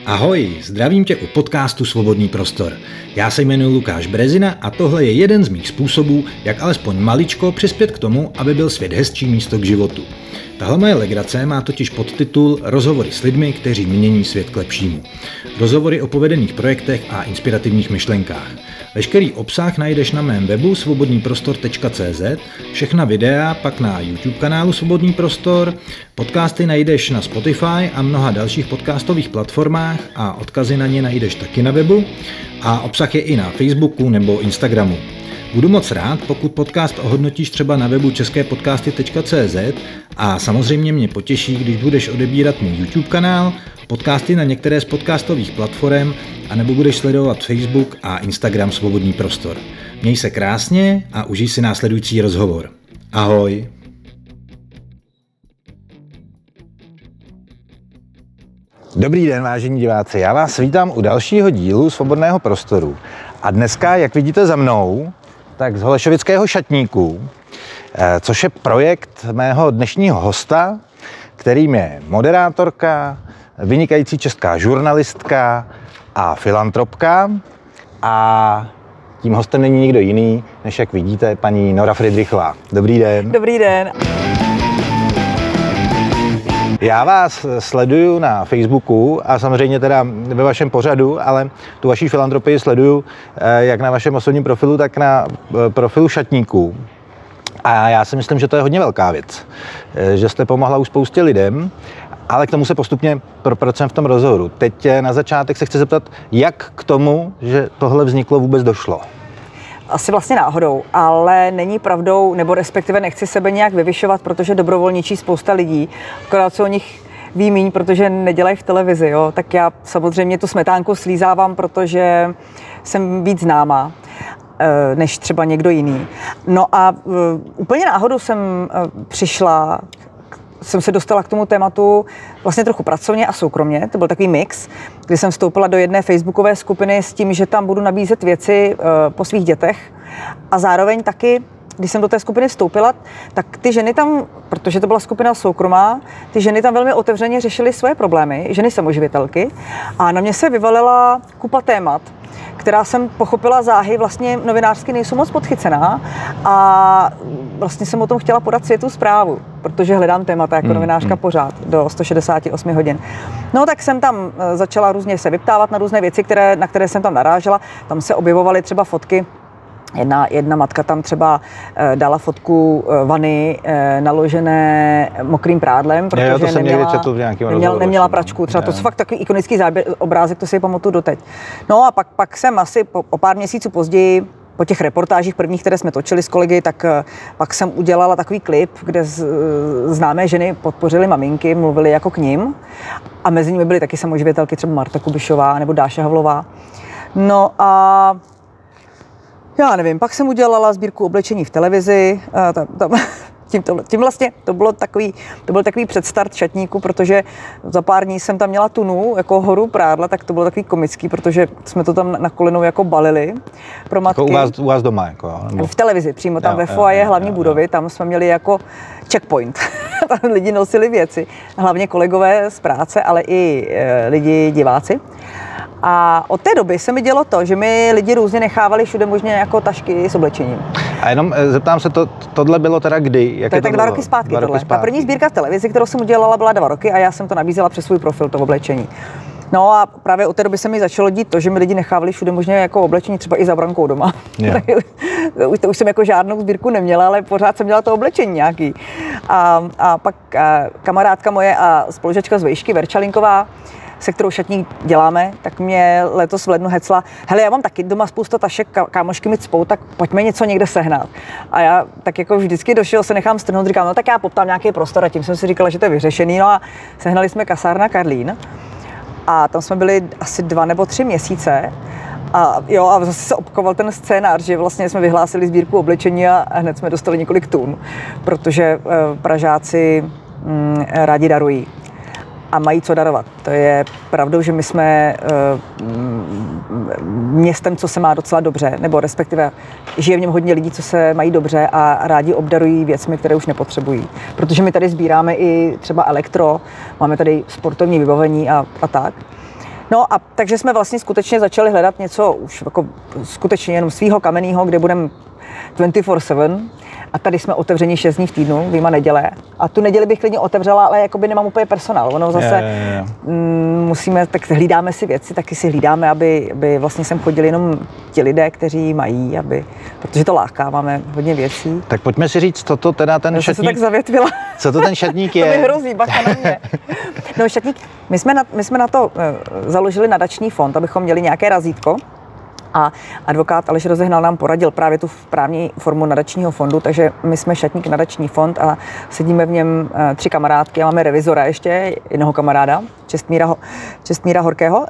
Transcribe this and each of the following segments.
Ahoj, zdravím tě u podcastu Svobodný prostor. Já se jmenuji Lukáš Brezina a tohle je jeden z mých způsobů, jak alespoň maličko přispět k tomu, aby byl svět hezčí místo k životu. Tahle moje legrace má totiž podtitul Rozhovory s lidmi, kteří mění svět k lepšímu. Rozhovory o povedených projektech a inspirativních myšlenkách. Veškerý obsah najdeš na mém webu svobodnýprostor.cz, všechna videa pak na YouTube kanálu Svobodný prostor, podcasty najdeš na Spotify a mnoha dalších podcastových platformách a odkazy na ně najdeš taky na webu a obsah je i na Facebooku nebo Instagramu. Budu moc rád, pokud podcast ohodnotíš třeba na webu česképodcasty.cz a samozřejmě mě potěší, když budeš odebírat můj YouTube kanál, podcasty na některé z podcastových platform a nebo budeš sledovat Facebook a Instagram Svobodný prostor. Měj se krásně a užij si následující rozhovor. Ahoj! Dobrý den, vážení diváci, já vás vítám u dalšího dílu Svobodného prostoru. A dneska, jak vidíte za mnou, tak z Holešovického šatníku, což je projekt mého dnešního hosta, kterým je moderátorka, vynikající česká žurnalistka a filantropka. A tím hostem není nikdo jiný, než jak vidíte, paní Nora Fridrichová. Dobrý den. Dobrý den. Já vás sleduju na Facebooku a samozřejmě teda ve vašem pořadu, ale tu vaši filantropii sleduju jak na vašem osobním profilu, tak na profilu šatníků. A já si myslím, že to je hodně velká věc, že jste pomohla už spoustě lidem, ale k tomu se postupně propracujeme v tom rozhovoru. Teď na začátek se chci zeptat, jak k tomu, že tohle vzniklo, vůbec došlo? Asi vlastně náhodou, ale není pravdou, nebo respektive nechci sebe nějak vyvyšovat, protože dobrovolničí spousta lidí, akorát se o nich ví míň, protože nedělají v televizi, jo? Tak já samozřejmě tu smetánku slízávám, protože jsem víc známá než třeba někdo jiný. No a úplně náhodou jsem se dostala k tomu tématu vlastně trochu pracovně a soukromně. To byl takový mix, kdy jsem vstoupila do jedné facebookové skupiny s tím, že tam budu nabízet věci po svých dětech a zároveň taky, když jsem do té skupiny vstoupila, tak ty ženy tam, protože to byla skupina soukromá, ty ženy tam velmi otevřeně řešily svoje problémy, ženy samoživitelky, a na mě se vyvalila kupa témat, která jsem pochopila záhy, vlastně novinářsky nejsou moc podchycená a vlastně jsem o tom chtěla podat světu zprávu, protože hledám témata jako novinářka pořád do 168 hodin. No tak jsem tam začala různě se vyptávat na různé věci, na které jsem tam narážela. Tam se objevovaly třeba fotky. Jedna matka tam třeba dala fotku vany naložené mokrým prádlem, protože neměla pračku. Třeba to jsou fakt takový ikonický obrázek, to si pamatuju doteď. No a pak jsem asi o pár měsíců později, po těch reportážích prvních, které jsme točili s kolegy, tak pak jsem udělala takový klip, kde známé ženy podpořily maminky, mluvily jako k nim. A mezi nimi byly taky samoživitelky, třeba Marta Kubišová nebo Dáša Havlová. No a já nevím, pak jsem udělala sbírku oblečení v televizi, tím vlastně to byl takový předstart šatníku, protože za pár dní jsem tam měla tunu, jako horu prádla, tak to bylo takový komický, protože jsme to tam na kolenou jako balili pro matky. Jako u vás doma? Jako, nebo? V televizi, přímo tam ve foaje hlavní budovy, tam jsme měli jako checkpoint. Tam lidi nosili věci, hlavně kolegové z práce, ale i lidi diváci. A od té doby se mi dělo to, že mi lidi různě nechávali všude možně jako tašky s oblečením. A jenom zeptám se, tohle bylo teda kdy? To je tak 2 roky zpátky tohle. Ta první sbírka v televizi, kterou jsem udělala, byla 2 roky a já jsem to nabízela přes svůj profil, to oblečení. No a právě od té doby se mi začalo dít to, že mi lidi nechávali všude možně jako oblečení, třeba i za brankou doma. Yeah. To už jsem jako žádnou sbírku neměla, ale pořád jsem měla to oblečení nějaký. A pak kamarádka moje a spolužačka z Vejšky, Verčalinková, se kterou šatník děláme, tak mě letos v lednu hecla: hele, já mám taky doma spousta tašek, kámošky mi cpou, tak pojďme něco někde sehnat. A já tak jako vždycky došel, se nechám strhnout, říkám, no tak já poptám nějaký prostor, a tím jsem si říkala, že to je vyřešený. No a sehnali jsme kasárna Karlín a tam jsme byli asi 2 nebo 3 měsíce. A zase se opkoval ten scénář, že vlastně jsme vyhlásili sbírku oblečení a hned jsme dostali několik tun, protože Pražáci rádi darují a mají co darovat. To je pravdou, že my jsme městem, co se má docela dobře, nebo respektive žije v něm hodně lidí, co se mají dobře a rádi obdarují věcmi, které už nepotřebují. Protože my tady sbíráme i třeba elektro, máme tady sportovní vybavení a tak. No a takže jsme vlastně skutečně začali hledat něco už jako skutečně jenom svýho kamenného, kde budeme 24/7. A tady jsme otevření 6 dní v týdnu, vyjma neděle. A tu neděli bych klidně otevřela, ale jakoby nemám úplně personál. Ono zase musíme, tak hlídáme si věci, taky si hlídáme, aby vlastně sem chodili jenom ti lidé, kteří mají, protože to láká, máme hodně věcí. Tak pojďme si říct, co to teda ten šatník... Já se tak zavětvila. Co to ten šatník je? To mi hrozí, bacha na mě. No šatník, my jsme na to založili nadační fond, abychom měli nějaké razítko. A advokát Aleš Rozehnal nám poradil právě tu právní formu nadačního fondu, takže my jsme šatník nadační fond a sedíme v něm 3 kamarádky a máme revizora ještě, jednoho kamaráda, Čestmíra Horkého.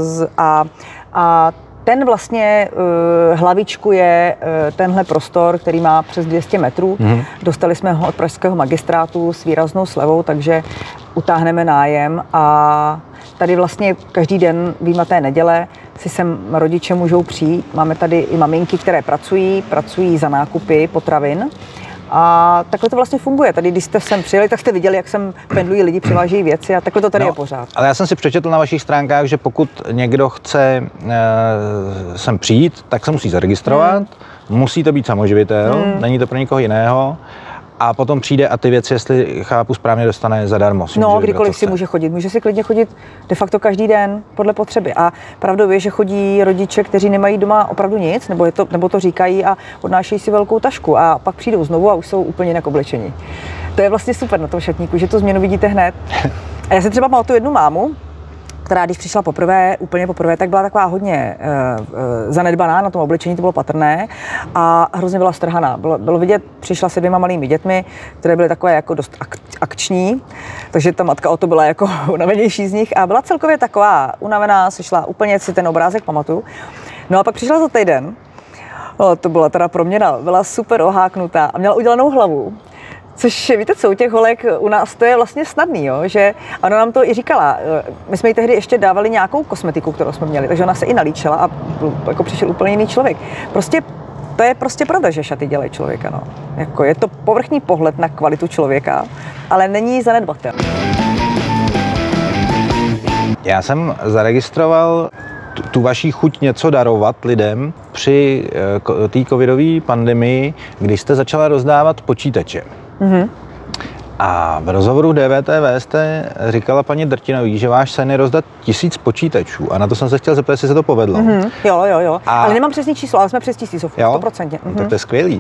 A ten vlastně hlavičkuje tenhle prostor, který má přes 200 metrů. Dostali jsme ho od pražského magistrátu s výraznou slevou, takže utáhneme nájem a tady vlastně každý den, vyjma té neděle, si sem rodiče můžou přijít. Máme tady i maminky, které pracují za nákupy potravin. A takhle to vlastně funguje. Tady, když jste sem přijeli, tak jste viděli, jak sem pendlují lidi, přivážejí věci a takhle to tady je pořád. Ale já jsem si přečetl na vašich stránkách, že pokud někdo chce sem přijít, tak se musí zaregistrovat, musí to být samoživitel, není to pro nikoho jiného. A potom přijde a ty věci, jestli chápu správně, dostane zadarmo. No, kdykoliv si může chodit. Může si klidně chodit de facto každý den podle potřeby. A pravdou je, že chodí rodiče, kteří nemají doma opravdu nic, nebo to říkají a odnášejí si velkou tašku. A pak přijdou znovu a už jsou úplně jinak oblečení. To je vlastně super na tom šatníku, že tu změnu vidíte hned. A já si třeba pamatuju jednu mámu, která když přišla úplně poprvé, tak byla taková hodně zanedbaná na tom oblečení, to bylo patrné a hrozně byla strhaná. Bylo vidět, přišla se 2 malými dětmi, které byly takové jako dost akční, takže ta matka o to byla jako unavenější z nich a byla celkově taková unavená, sešla úplně, si ten obrázek pamatuju. No a pak přišla za týden, to byla teda proměna, byla super oháknutá a měla udělanou hlavu. Což víte co, u těch holek u nás to je vlastně snadný, jo? Že ona nám to i říkala. My jsme jí tehdy ještě dávali nějakou kosmetiku, kterou jsme měli, takže ona se i nalíčila a jako přišel úplně jiný člověk. To je prostě pravda, že šaty dělají člověka, no. Jako je to povrchní pohled na kvalitu člověka, ale není zanedbatelný. Já jsem zaregistroval tu vaši chuť něco darovat lidem při té covidové pandemii, když jste začala rozdávat počítače. A v rozhovoru DVTV jste říkala paní Drtinový, že váš sen je rozdat 1000 počítačů. A na to jsem se chtěl zeptat, jestli se to povedlo. Jo. Ale nemám přesný číslo, ale jsme přes 1000, 100%. No, tak to je skvělý.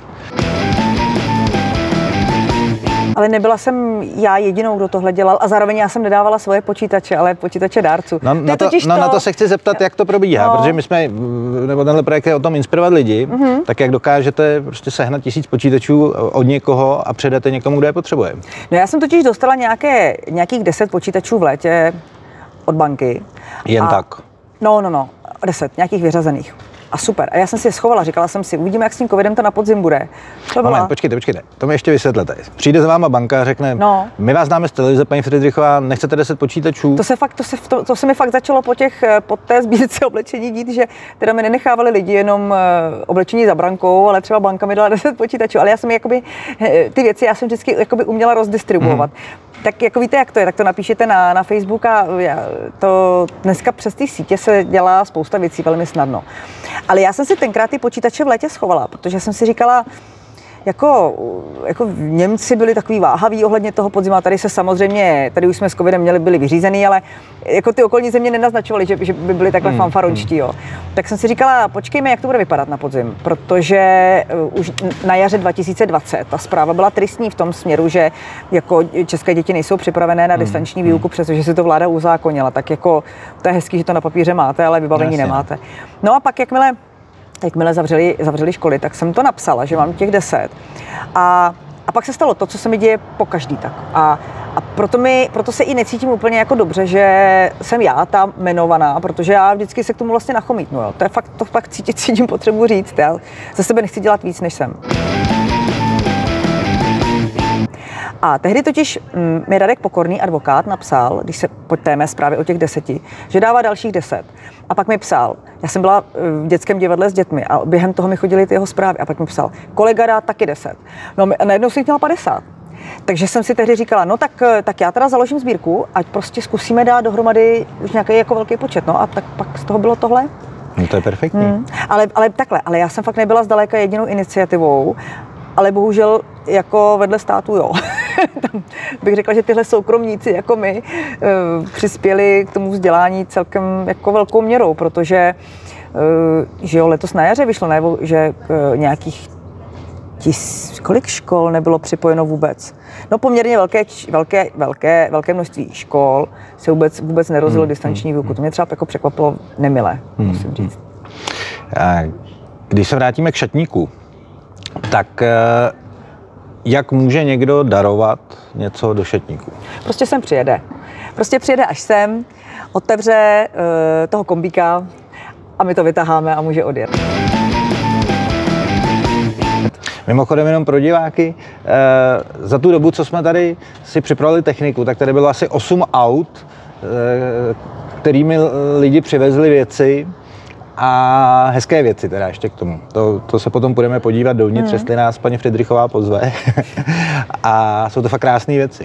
Ale nebyla jsem já jedinou, kdo tohle dělal a zároveň já jsem nedávala svoje počítače, ale počítače dárců. Na to se chci zeptat, jak to probíhá, protože my jsme, nebo tenhle projekt je o tom inspirovat lidi, tak jak dokážete prostě sehnat 1000 počítačů od někoho a předáte někomu, kdo je potřebuje. No já jsem totiž dostala nějakých 10 počítačů v létě od banky. Jen tak? No, 10, nějakých vyřazených. A super. A já jsem si je schovala, říkala jsem si, uvidíme, jak s tím covidem to na podzim bude. Moment, počkejte, to mi ještě vysvětlete. Přijde za váma banka a řekne, my vás známe z televize, paní Friedrichová, nechcete 10 počítačů? To se mi fakt začalo po té sbírce oblečení dít, že teda mi nenechávali lidi jenom oblečení za brankou, ale třeba banka mi dala 10 počítačů, ale já jsem ty věci já jsem vždycky uměla rozdistribuovat. Tak jako víte, jak to je, tak to napíšete na Facebook a to dneska přes ty sítě se dělá spousta věcí velmi snadno. Ale já jsem si tenkrát ty počítače v létě schovala, protože jsem si říkala, jako Němci byli takový váhaví ohledně toho podzima, tady už jsme s covidem byli vyřízený, ale jako ty okolní země nenaznačovaly, že by byli takhle fanfarončtí, jo. Tak jsem si říkala, počkejme, jak to bude vypadat na podzim, protože už na jaře 2020 ta zpráva byla tristní v tom směru, že jako české děti nejsou připravené na distanční výuku, přestože si to vláda uzákonila, tak jako to je hezký, že to na papíře máte, ale vybavení nemáte. No a pak jakmile zavřeli školy, tak jsem to napsala, že mám těch 10. A pak se stalo to, co se mi děje po každý tak. A proto se i necítím úplně jako dobře, že jsem já ta jmenovaná, protože já vždycky se k tomu vlastně nachomítnu. Jo. To fakt cítím potřebu říct. Já za sebe nechci dělat víc, než jsem. A tehdy totiž mi Radek Pokorný, advokát, napsal, když se po té mé zprávě o těch 10, že dává dalších 10. A pak mi psal, já jsem byla v dětském divadle s dětmi a během toho mi chodily ty jeho zprávy. A pak mi psal, kolega dá taky 10. No a najednou jsem jich měla 50. Takže jsem si tehdy říkala, no tak já teda založím sbírku, ať prostě zkusíme dát dohromady už nějaký jako velký počet, no a tak pak z toho bylo tohle. No to je perfektní. Ale já jsem fakt nebyla zdaleka jedinou iniciativou, ale bohužel jako vedle státu, jo. Tam bych řekla, že tyhle soukromníci jako my přispěli k tomu vzdělání celkem jako velkou měrou, protože že jo, letos na jaře vyšlo najevo, že nějakých kolik škol nebylo připojeno vůbec. No poměrně velké množství škol se vůbec nerozjelo distanční výuku. To mě třeba jako překvapilo nemile, musím říct. Když se vrátíme k šatníku, tak jak může někdo darovat něco do šatníku? Prostě sem přijede. Prostě přijede až sem, otevře toho kombíka a my to vytaháme a může odjet. Mimochodem jenom pro diváky, za tu dobu, co jsme tady si připravili techniku, tak tady bylo asi 8 aut, kterými lidi přivezli věci a hezké věci teda ještě k tomu. To se potom budeme podívat dovnitř, jestli nás paní Friedrichová pozve. A jsou to fakt krásné věci.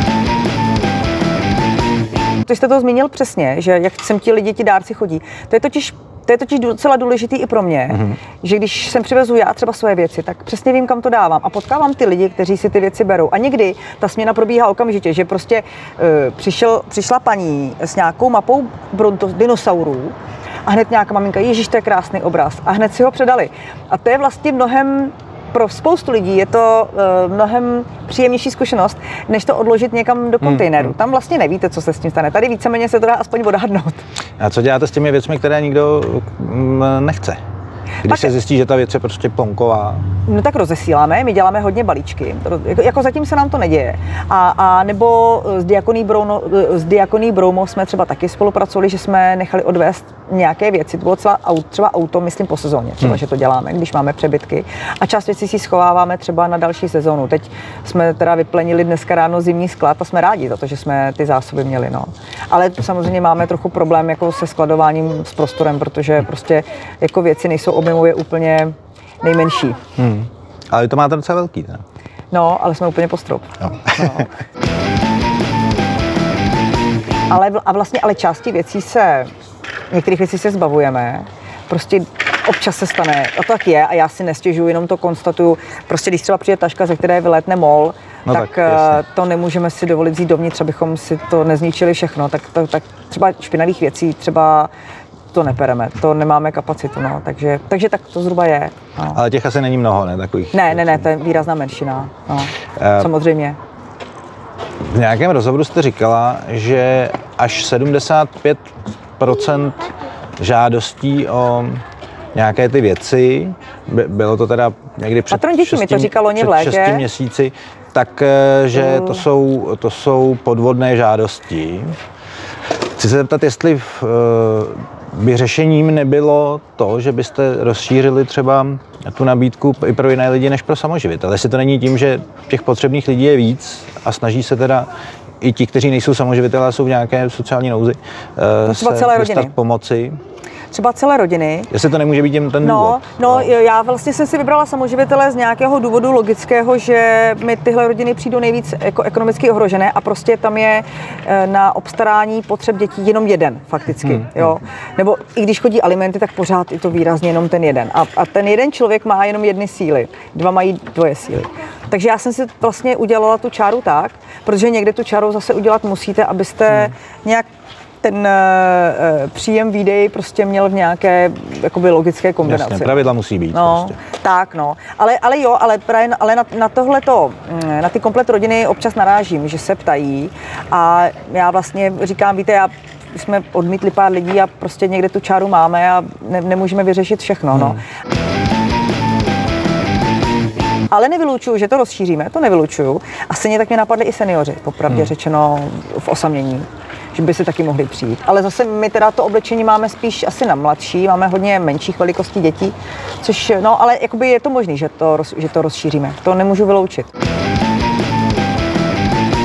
Ty jste to zmínil přesně, že jak sem ti lidi, ti dárci chodí. To je totiž docela důležitý i pro mě, že když sem přivezu já třeba svoje věci, tak přesně vím, kam to dávám a potkávám ty lidi, kteří si ty věci berou. A někdy ta směna probíhá okamžitě, že prostě přišla paní s nějakou mapou dinosaurů a hned nějaká maminka, ježiš, to je krásný obraz a hned si ho předali. A to je vlastně mnohem, pro spoustu lidí je to mnohem příjemnější zkušenost, než to odložit někam do kontejneru. Tam vlastně nevíte, co se s tím stane. Tady víceméně se to dá aspoň odhadnout. A co děláte s těmi věcmi, které nikdo nechce? Když se zjistí, že ta věc je prostě plonková. No tak rozesíláme, my děláme hodně balíčky, jako zatím se nám to neděje. A nebo s Diakoní Broumo jsme třeba taky spolupracovali, že jsme nechali odvést nějaké věci, to bylo třeba auto, myslím po sezóně, třeba, že to děláme, když máme přebytky. A část věcí si schováváme třeba na další sezónu. Teď jsme teda vyplenili dneska ráno zimní sklad a jsme rádi za to, že jsme ty zásoby měli. No. Ale samozřejmě máme trochu problém jako se skladováním s prostorem, protože prostě jako věci nejsou objemově úplně nejmenší. Ale to máte docela velký, ne? No, ale jsme úplně po strop. No. No. Ale části věcí některých věcí se zbavujeme. Prostě občas se stane, a to tak je, a já si nestěžuji, jenom to konstatuju. Prostě když třeba přijde taška, ze které vylétne mol, tak to nemůžeme si dovolit vzít dovnitř, abychom si to nezničili všechno. Tak třeba špinavých věcí, třeba to nepereme, to nemáme kapacitu, no, takže tak to zhruba je. No. Ale těch asi není mnoho, ne? Takových. Ne, to je výrazná menšina, no, samozřejmě. V nějakém rozhovoru jste říkala, že až 75% žádostí o nějaké ty věci, bylo to teda někdy před Patron dětí mi to říkalo v létě. 6 měsíci, takže to jsou podvodné žádosti. Chci se zeptat, jestli by řešením nebylo to, že byste rozšířili třeba tu nabídku i pro jiné lidi než pro samoživitele. Jestli to není tím, že těch potřebných lidí je víc a snaží se teda i ti, kteří nejsou samoživitelé, jsou v nějaké sociální nouzi, se dostat pomoci. Třeba celé rodiny. Jestli to nemůže být ten důvod. No, já vlastně jsem si vybrala samoživitele z nějakého důvodu logického, že mi tyhle rodiny přijdou nejvíc jako ekonomicky ohrožené a prostě tam je na obstarání potřeb dětí jenom jeden fakticky. Jo. Nebo i když chodí alimenty, tak pořád je to výrazně jenom ten jeden. A ten jeden člověk má jenom jedny síly, dva mají dvoje síly. Takže já jsem si vlastně udělala tu čáru tak, protože někde tu čáru zase udělat musíte, abyste nějak ten příjem výdej prostě měl v nějaké jakoby logické kombinaci. Jasně, pravidla musí být. No, prostě. Tak no, ale na tohleto, na ty komplet rodiny občas narážím, že se ptají a já vlastně říkám, víte, jsme odmítli pár lidí a prostě někde tu čáru máme a nemůžeme vyřešit všechno, no. Ale nevylučuju, že to rozšíříme, to nevylučuju. A stejně tak mě napadli i seniori, popravdě řečeno v osamění, že by si taky mohli přijít. Ale zase my teda to oblečení máme spíš asi na mladší, máme hodně menších velikostí dětí, což, no ale jakoby je to možný, že to rozšíříme, to nemůžu vyloučit.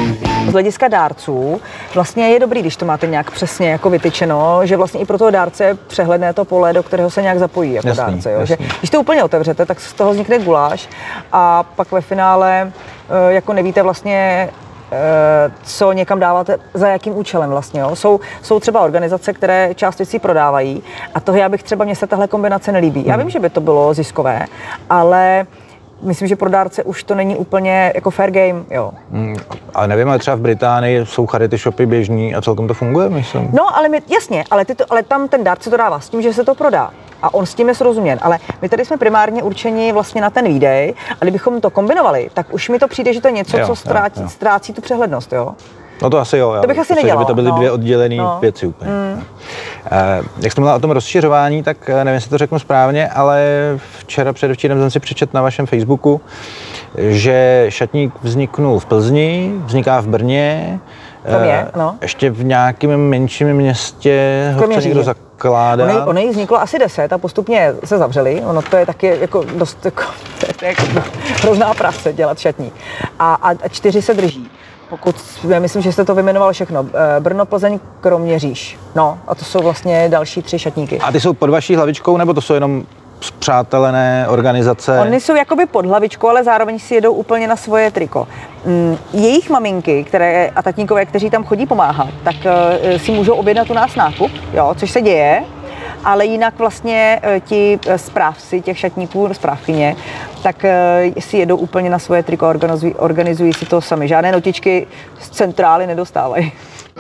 z hlediska dárců vlastně je dobrý, když to máte nějak přesně jako vytyčeno, že vlastně i pro toho dárce je přehledné to pole, do kterého se nějak zapojí jako dárce. Jo? Že, když to úplně otevřete, tak z toho vznikne guláš a pak ve finále jako nevíte vlastně, co někam dáváte, za jakým účelem vlastně. Jo? Jsou třeba organizace, které část věcí prodávají a toho mně se tahle kombinace nelíbí. Já vím, že by to bylo ziskové, ale myslím, že pro dárce už to není úplně jako fair game, jo. Ale nevím, ale třeba v Británii jsou charity shopy běžní a celkem to funguje, myslím. No, ale jasně, ale tam ten dárce to dává s tím, že se to prodá. A on s tím je srozuměn, ale my tady jsme primárně určeni vlastně na ten výdej a kdybychom to kombinovali, tak už mi to přijde, že to je něco, co ztrácí tu přehlednost, jo. No to asi jo. To bych asi nedělala. Že by to byly dvě oddělené věci úplně. Jak jste mluvila o tom rozšiřování, tak nevím, jestli to řeknu správně, ale předevčírem jsem si přečetl na vašem Facebooku, že šatník vzniknul v Plzni, vzniká v Brně, ještě v nějakém menším městě ho chce někdo zakládat. Ono jich vzniklo asi 10 a postupně se zavřeli. Ono to je taky jako dost jako, to je jako hrozná práce dělat šatník. A 4 se drží. Já myslím, že jste to vyjmenoval všechno. Brno, Plzeň, Kroměříž. No a to jsou vlastně další 3 šatníky. A ty jsou pod vaší hlavičkou, nebo to jsou jenom spřátelené organizace? Oni jsou jakoby pod hlavičkou, ale zároveň si jedou úplně na svoje triko. Jejich maminky a tatínkové, kteří tam chodí pomáhat, tak si můžou objednat u nás nákup, jo, což se děje. Ale jinak vlastně ti správci těch šatníků, správkyně, tak si jedou úplně na svoje triko, organizují si to sami. Žádné notičky z centrály nedostávají.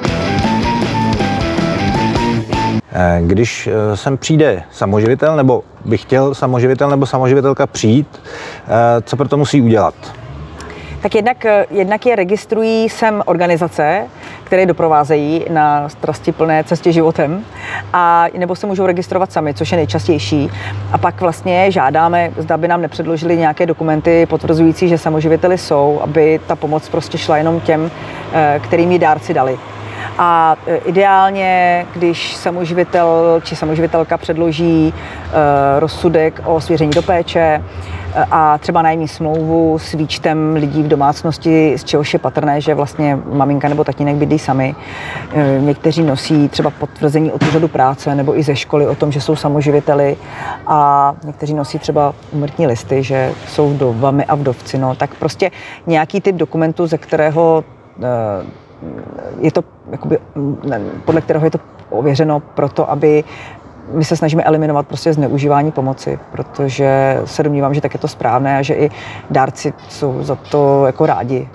Když sem přijde samoživitel, nebo by chtěl samoživitel nebo samoživitelka přijít, co pro to musí udělat? Tak jednak je registrují sem organizace, které doprovázejí na strastiplné cestě životem, a nebo se můžou registrovat sami, což je nejčastější. A pak vlastně žádáme, zda by nám nepředložili nějaké dokumenty potvrzující, že samoživiteli jsou, aby ta pomoc prostě šla jenom těm, kterým ji dárci dali. A ideálně, když samoživitel či samoživitelka předloží rozsudek o svěření do péče a třeba nájemní smlouvu s výčtem lidí v domácnosti, z čehož je patrné, že vlastně maminka nebo tatínek bydlí sami. Někteří nosí třeba potvrzení od úřadu práce nebo i ze školy o tom, že jsou samoživiteli, a někteří nosí třeba úmrtní listy, že jsou vdovami a vdovci. No. Tak prostě nějaký typ dokumentu, ze kterého je to, jakoby, podle kterého je to ověřeno proto, aby my se snažíme eliminovat prostě zneužívání pomoci, protože se domnívám, že tak je to správné a že i dárci jsou za to jako rádi.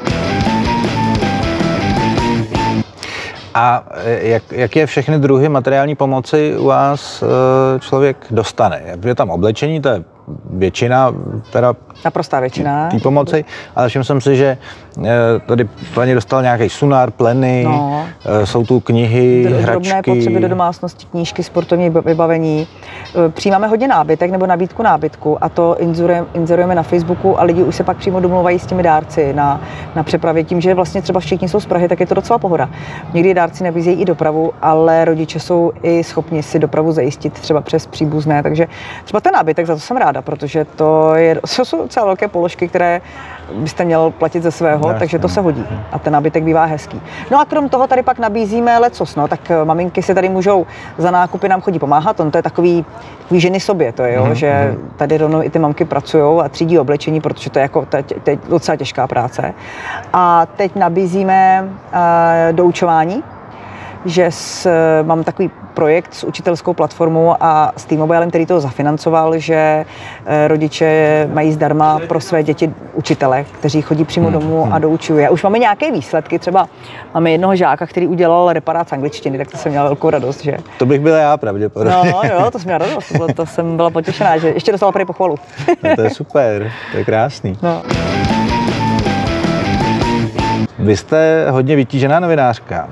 A jak je všechny druhy materiální pomoci u vás člověk dostane? Je tam oblečení, to je většina, teda naprostá většina té pomoci, ale všiml jsem si, že tady paní dostal nějaký sunár, pleny, jsou tu knihy, hračky. Drobné potřeby do domácnosti, knížky, sportovní vybavení. Přijímáme hodně nábytek nebo nabídku nábytku a to inzerujeme na Facebooku a lidi už se pak přímo domluvají s těmi dárci na přepravě. Tím, že vlastně třeba všichni jsou z Prahy, tak je to docela pohoda. Někdy dárci nabízejí i dopravu, ale rodiče jsou i schopni si dopravu zajistit třeba přes příbuzné, takže třeba ten nábytek, za to jsem ráda, protože to jsou docela velké položky, které byste měl platit ze svého, takže to se hodí a ten nábytek bývá hezký. No a krom toho tady pak nabízíme lecos, no, tak maminky si tady můžou za nákupy nám chodí pomáhat, to je takový ženy sobě, to je, jo, že tady rovnou i ty mamky pracujou a třídí oblečení, protože to je jako teď docela těžká práce. A teď nabízíme doučování, že mám takový projekt s učitelskou platformou a s T-Mobilem, který to zafinancoval, že rodiče mají zdarma pro své děti učitele, kteří chodí přímo domů a doučují. A už máme nějaké výsledky, třeba máme jednoho žáka, který udělal reparát z angličtiny, tak to jsem měla velkou radost, že? To bych byla já pravděpodobně. No jo, to jsem měla radost, to jsem byla potěšená, že ještě dostala prý pochvalu. No, to je super, to je krásný. No. Vy jste hodně vytížená novinářka.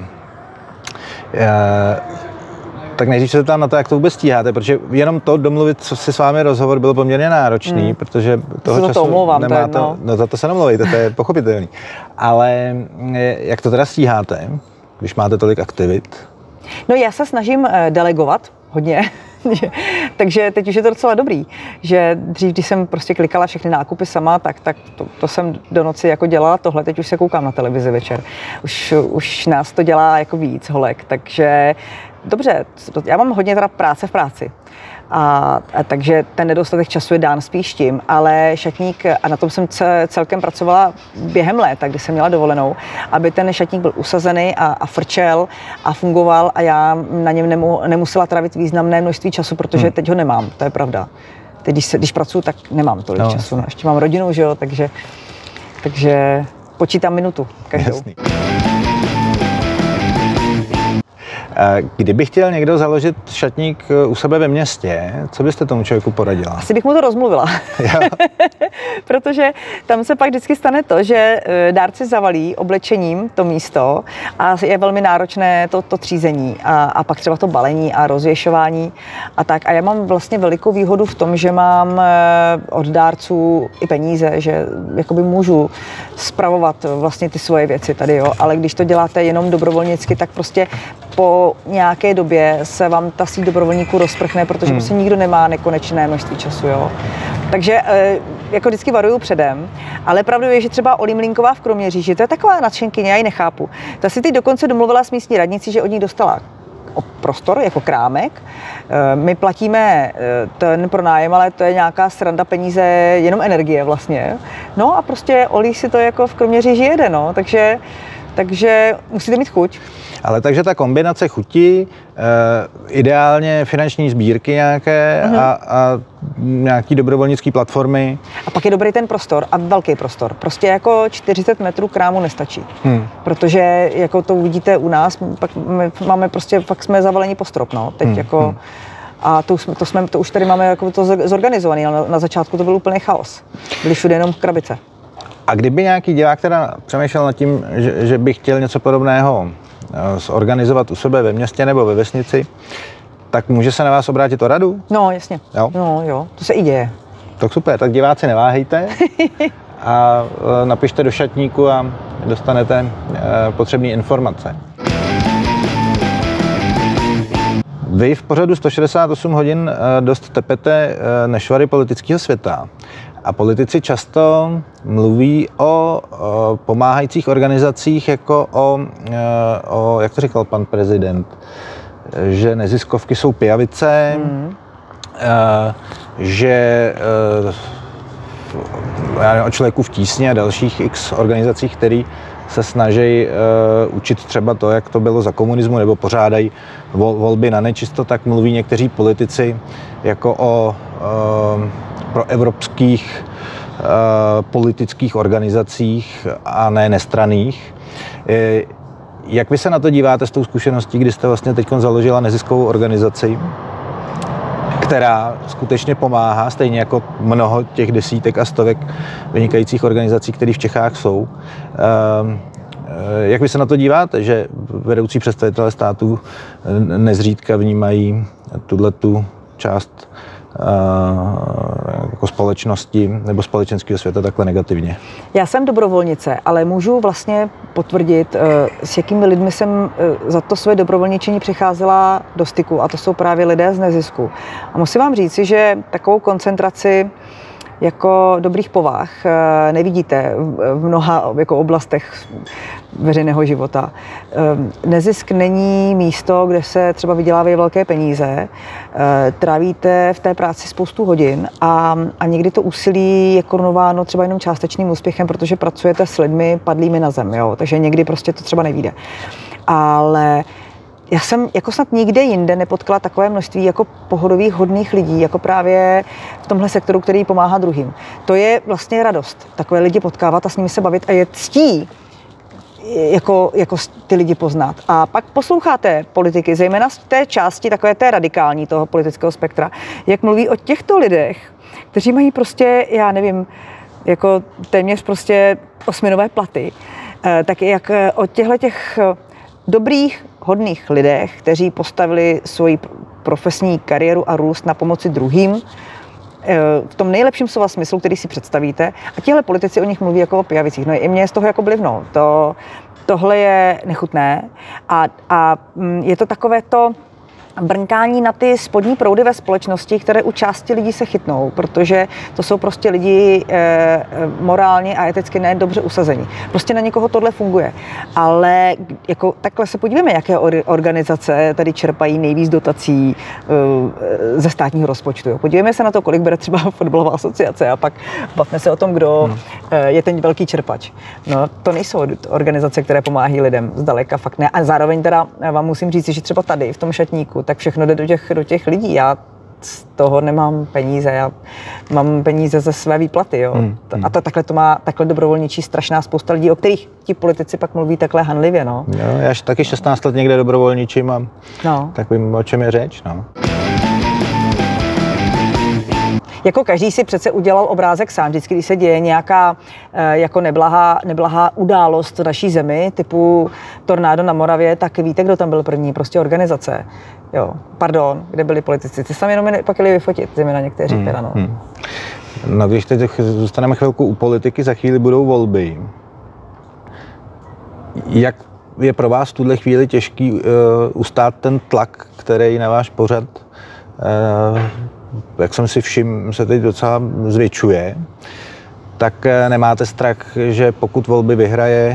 Tak nejdřív se zeptám na to, jak to vůbec stíháte, protože jenom to domluvit si s vámi rozhovor bylo poměrně náročný, protože toho času nemáte, no za to se nemluvejte, to je pochopitelný. Ale jak to teda stíháte, když máte tolik aktivit? No já se snažím delegovat hodně. Takže teď už je to docela dobrý, že dřív, když jsem prostě klikala všechny nákupy sama, tak to jsem do noci jako dělala tohle, teď už se koukám na televizi večer. Už nás to dělá jako víc holek, takže dobře, já mám hodně teda práce v práci. A takže ten nedostatek času je dán spíš tím, ale šatník, a na tom jsem celkem pracovala během léta, kdy jsem měla dovolenou, aby ten šatník byl usazený a frčel a fungoval a já na něm nemusela trávit významné množství času, protože teď ho nemám, to je pravda. Teď, když pracuji, tak nemám tolik času. No, ještě mám rodinu, že jo, takže počítám minutu každou. Jasný. Kdyby chtěl někdo založit šatník u sebe ve městě, co byste tomu člověku poradila? Asi bych mu to rozmluvila. Protože tam se pak vždycky stane to, že dárci zavalí oblečením to místo a je velmi náročné to třízení a pak třeba to balení a rozvěšování a tak. A já mám vlastně velikou výhodu v tom, že mám od dárců i peníze, že jakoby můžu spravovat vlastně ty svoje věci tady, jo. Ale když to děláte jenom dobrovolnicky, tak prostě po nějaké době se vám ta síť dobrovolníků rozprchne, protože prostě nikdo nemá nekonečné množství času, jo. Takže jako vždycky varuju předem, ale pravdou je, že třeba Olí Mlínková v Kroměříži, to je taková nadšenkyně, já ji nechápu. Ta si teď dokonce domluvila s místní radnicí, že od ní dostala prostor jako krámek. My platíme ten pronájem, ale to je nějaká sranda, peníze, jenom energie vlastně. No a prostě Olí si to jako v Kroměříži jede, no, takže musíte mít chuť. Ale takže ta kombinace chuti, ideálně finanční sbírky nějaké a nějaký dobrovolnický platformy. A pak je dobrý ten prostor a velký prostor. Prostě jako 40 metrů krámu nestačí. Protože jako to uvidíte u nás, pak máme prostě, fakt jsme zavaleni po strop, no. Teď jako... A to už tady máme jako to zorganizované, ale na začátku to byl úplný chaos. Byly všude jenom krabice. A kdyby nějaký divák teda přemýšlel nad tím, že by chtěl něco podobného zorganizovat u sebe ve městě nebo ve vesnici, tak může se na vás obrátit o radu? No, jasně. Jo? No, jo, to se i děje. Tak super, tak diváci neváhejte a napište do šatníku a dostanete potřebné informace. Vy v pořadu 168 hodin dost tepete nešvary politického světa. A politici často mluví o pomáhajících organizacích jako o, jak to říkal pan prezident, že neziskovky jsou pijavice, že o Člověku v tísni a dalších x organizacích, které se snaží učit třeba to, jak to bylo za komunismu, nebo pořádají volby na nečisto, tak mluví někteří politici jako o proevropských politických organizacích a ne nestranných. Jak vy se na to díváte s tou zkušeností, kdy jste vlastně teď založila neziskovou organizaci, která skutečně pomáhá, stejně jako mnoho těch desítek a stovek vynikajících organizací, které v Čechách jsou. Jak vy se na to díváte, že vedoucí představitelé států nezřídka vnímají tuhletu část jako společnosti nebo společenského světa takhle negativně? Já jsem dobrovolnice, ale můžu vlastně potvrdit, s jakými lidmi jsem za to své dobrovolničení přicházela do styku, a to jsou právě lidé z nezisku. A musím vám říci, že takovou koncentraci jako dobrých povah nevidíte v mnoha jako oblastech veřejného života. Nezisk není místo, kde se třeba vydělávají velké peníze, trávíte v té práci spoustu hodin a někdy to úsilí je korunováno třeba jenom částečným úspěchem, protože pracujete s lidmi padlými na zem, jo? Takže někdy prostě to třeba nevyjde. Ale já jsem jako snad nikde jinde nepotkala takové množství jako pohodových, hodných lidí, jako právě v tomhle sektoru, který pomáhá druhým. To je vlastně radost, takové lidi potkávat a s nimi se bavit a je ctí jako ty lidi poznat. A pak posloucháte politiky, zejména z té části takové té radikální toho politického spektra, jak mluví o těchto lidech, kteří mají prostě, já nevím, jako téměř prostě osminové platy, tak jak o těch dobrých, hodných lidech, kteří postavili svoji profesní kariéru a růst na pomoci druhým, v tom nejlepším slova smyslu, který si představíte. A tihle politici o nich mluví jako o pijavicích. No i mě je z toho jako blivno. Tohle je nechutné a je to takové to, brnkání na ty spodní proudy ve společnosti, které u části lidí se chytnou, protože to jsou prostě lidi morálně a eticky ne dobře usazení. Prostě na někoho tohle funguje. Ale jako takhle se podívejme, jaké organizace tady čerpají nejvíc dotací ze státního rozpočtu. Jo. Podívejme se na to, kolik bere třeba fotbalová asociace a pak bavme se o tom, kdo je ten velký čerpač. No, to nejsou organizace, které pomáhají lidem, zdaleka fakt ne. A zároveň teda vám musím říct, že třeba tady v tom šatníku tak všechno jde do těch lidí. Já z toho nemám peníze, já mám peníze ze své výplaty. Jo. A takhle dobrovolničí strašná spousta lidí, o kterých ti politici pak mluví takhle hanlivě. No. Jo, já taky 16 let někde dobrovolničím a tak vím, o čem je řeč. No. Jako každý si přece udělal obrázek sám, vždycky, když se děje nějaká jako neblahá událost v naší zemi, typu tornádo na Moravě, tak víte, kdo tam byl první, prostě organizace. Jo, pardon, kde byli politici, ty sami jenom pak jeli vyfotit, zejména někteří teda, no. No, když teď zůstaneme chvilku u politiky, za chvíli budou volby. Jak je pro vás v tuhle chvíli těžký ustát ten tlak, který na váš pořad jak jsem si všiml, se teď docela zvětšuje, tak nemáte strach, že pokud volby vyhraje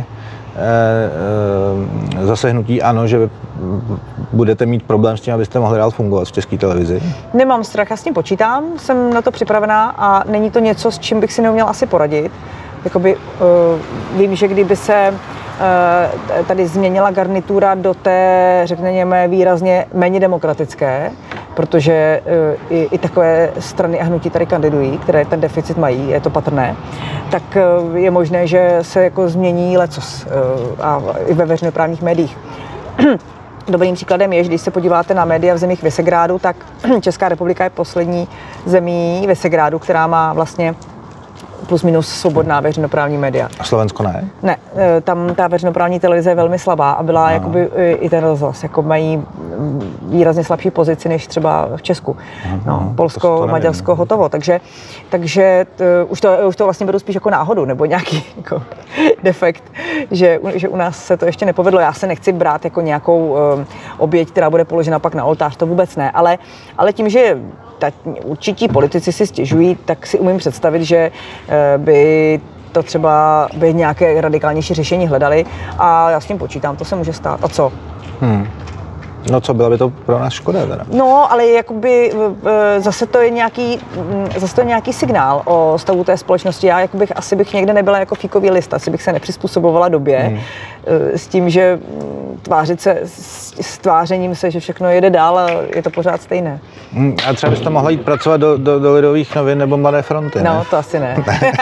zase hnutí ANO, že budete mít problém s tím, abyste mohli dál fungovat v České televizi? Nemám strach, já s tím počítám, jsem na to připravená a není to něco, s čím bych si neuměla asi poradit. Jakoby, vím, že kdyby se tady změnila garnitura do té, řekněme, výrazně méně demokratické, protože i takové strany a hnutí tady kandidují, které ten deficit mají, je to patrné, tak je možné, že se jako změní lecos a i ve veřejnoprávních médiích. Dobrým příkladem je, že když se podíváte na média v zemích Visegrádu, tak Česká republika je poslední zemí Visegrádu, která má vlastně plus minus svobodná veřejnoprávní média. A Slovensko ne? Ne, tam ta veřejnoprávní televize je velmi slabá a byla jakoby i ten rozhlas, jako mají výrazně slabší pozici než třeba v Česku. No, Polsko, Maďarsko, hotovo, takže už to vlastně beru spíš jako náhodu nebo nějaký jako defekt, že u nás se to ještě nepovedlo. Já se nechci brát jako nějakou oběť, která bude položena pak na oltář, to vůbec ne, ale tím, že určití politici si stěžují, tak si umím představit, že by to třeba by nějaké radikálnější řešení hledali a já s tím počítám, to se může stát. A co? No co, byla by to pro nás škoda teda? No, ale jakoby zase to je nějaký signál o stavu té společnosti. Já asi bych někde nebyla jako fíkový list, asi bych se nepřizpůsobovala době s tím, že tvářit se s tvářením se, že všechno jede dál a je to pořád stejné. A třeba byste mohla jít pracovat do Lidových novin nebo Mladé fronty, ne? No, to asi ne.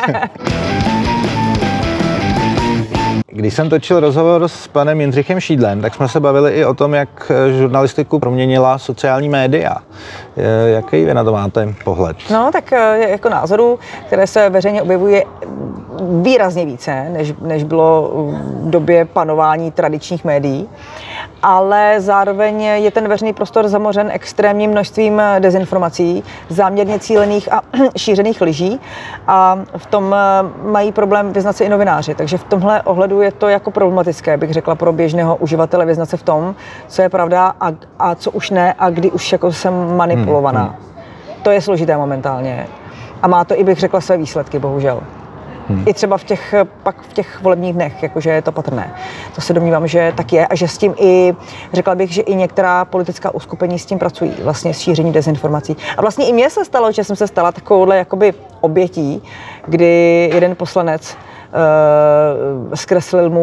Když jsem točil rozhovor s panem Jindřichem Šídlem, tak jsme se bavili i o tom, jak žurnalistiku proměnila sociální média. Jaký vy na to máte pohled? No, tak jako názoru, které se veřejně objevuje výrazně více, než bylo v době panování tradičních médií, ale zároveň je ten veřejný prostor zamořen extrémním množstvím dezinformací, záměrně cílených a šířených lží a v tom mají problém vyznat se i novináři. Takže v tomhle ohledu je to jako problematické, bych řekla, pro běžného uživatele vyznat se v tom, co je pravda a co už ne a kdy už jako jsem manipulovaná. To je složité momentálně a má to i, bych řekla, své výsledky, bohužel. I třeba v těch volebních dnech, jakože je to patrné. To se domnívám, že tak je a že s tím i, řekla bych, že i některá politická uskupení s tím pracují, vlastně s šíření dezinformací. A vlastně i mně se stalo, že jsem se stala takovouhle jakoby obětí, kdy jeden poslanec zkreslil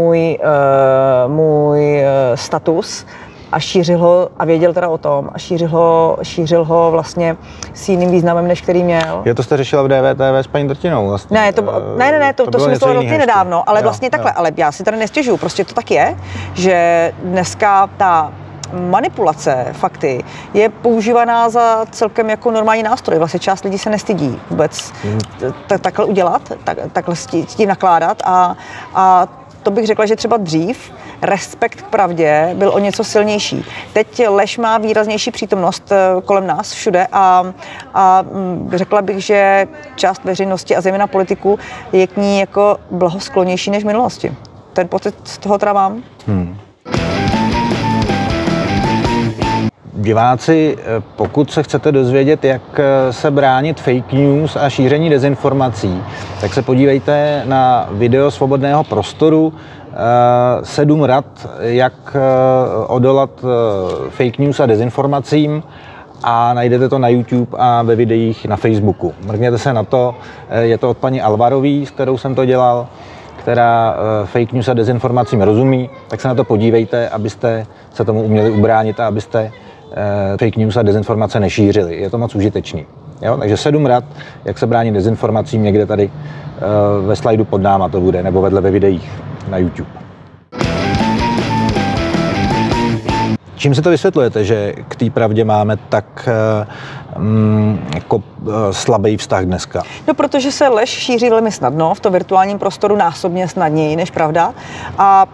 můj status a šířil ho, a věděl teda o tom, a šířil ho vlastně s jiným významem, než který měl. Jo, to jste řešila v DVTV s paní Drtinou vlastně. Ne, to jsem myslela roky nedávno, ale vlastně takhle, ale já si tady nestěžuju, prostě to tak je, že dneska ta manipulace fakty je používaná za celkem jako normální nástroj. Vlastně část lidí se nestydí vůbec takhle udělat, takhle s tím nakládat a to bych řekla, že třeba dřív respekt k pravdě byl o něco silnější. Teď lež má výraznější přítomnost kolem nás všude a řekla bych, že část veřejnosti a zejména politiků je k ní jako blahosklonější než v minulosti. Ten pocit z toho teda mám. Diváci, pokud se chcete dozvědět, jak se bránit fake news a šíření dezinformací, tak se podívejte na video Svobodného prostoru 7 rad, jak odolat fake news a dezinformacím, a najdete to na YouTube a ve videích na Facebooku. Mrkněte se na to, je to od paní Alvarový, s kterou jsem to dělal, která fake news a dezinformacím rozumí, tak se na to podívejte, abyste se tomu uměli ubránit a abyste fake news a dezinformace nešířili. Je to moc užitečný. Jo? Takže 7 rad, jak se bránit dezinformacím, někde tady ve slajdu pod náma to bude, nebo vedle ve videích na YouTube. Čím si to vysvětlujete, že k té pravdě máme tak jako slabý vztah dneska? No, protože se lež šíří velmi snadno, v tom virtuálním prostoru násobně snadněji než pravda. A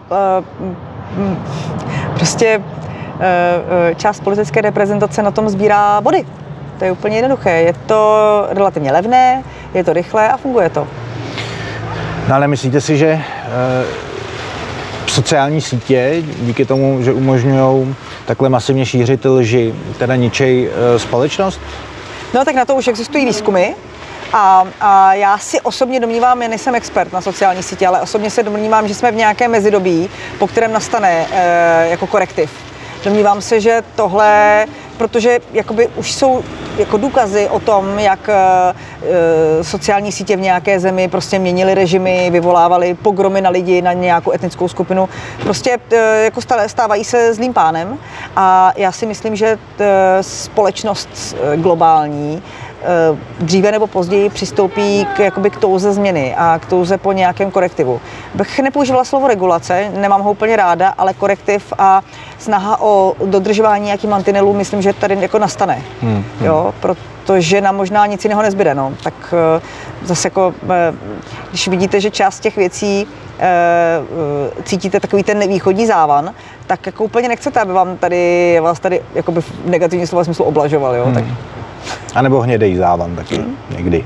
prostě část politické reprezentace na tom sbírá body. To je úplně jednoduché. Je to relativně levné, je to rychlé a funguje to. No, ale myslíte si, že sociální sítě, díky tomu, že umožňují takhle masivně šířit lži, teda ničej společnost? No, tak na to už existují výzkumy. A já si osobně domnívám, já nejsem expert na sociální sítě, ale osobně se domnívám, že jsme v nějaké mezidobí, po kterém nastane jako korektiv. Domnívám se, že tohle, protože jakoby už jsou jako důkazy o tom, jak sociální sítě v nějaké zemi prostě měnily režimy, vyvolávaly pogromy na lidi, na nějakou etnickou skupinu, prostě jako stávají se zlým pánem. A já si myslím, že společnost globální dříve nebo později přistoupí k touze změny a k touze po nějakém korektivu. Bych nepoužívala slovo regulace, nemám ho úplně ráda, ale korektiv a snaha o dodržování nějakých mantinelů, myslím, že tady jako nastane. Jo, protože nám možná nic jiného nezbyde. No. Tak zase jako, když vidíte, že část těch věcí cítíte takový ten nevýchodní závan, tak jako úplně nechcete, aby vás tady jakoby v negativním slova smyslu oblažoval. Jo? Tak. A nebo hnědej závan taky někdy.